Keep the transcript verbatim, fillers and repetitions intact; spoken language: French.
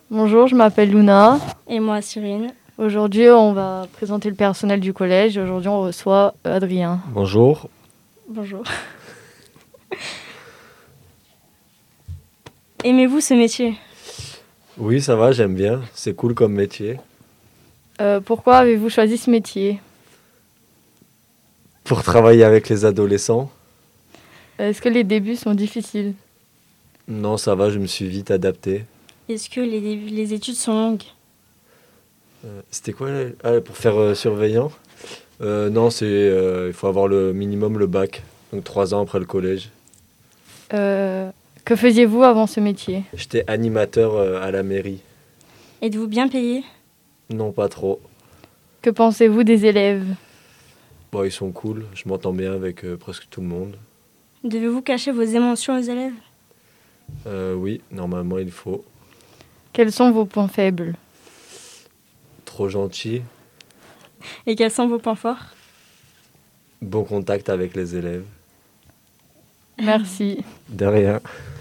Bonjour, je m'appelle Luna. Et moi, Cyrine. Aujourd'hui, on va présenter le personnel du collège. Aujourd'hui, on reçoit Adrien. Bonjour. Bonjour. Aimez-vous ce métier ? Oui, ça va, j'aime bien. C'est cool comme métier. Euh, pourquoi avez-vous choisi ce métier ? Pour travailler avec les adolescents. Est-ce que les débuts sont difficiles ? Non, ça va, je me suis vite adapté. Est-ce que les, les études sont longues ? Euh, c'était quoi là ah, pour faire euh, surveillant euh, Non, c'est euh, il faut avoir le minimum le bac, donc trois ans après le collège. Euh, que faisiez-vous avant ce métier ? J'étais animateur euh, à la mairie. Êtes-vous bien payé ? Non, pas trop. Que pensez-vous des élèves ? Bon, ils sont cool, je m'entends bien avec euh, presque tout le monde. Devez-vous cacher vos émotions aux élèves ? Euh, oui, normalement il faut. Quels sont vos points faibles ? Trop gentil, Et quels sont vos points forts ? bon contact avec les élèves. Merci. De rien.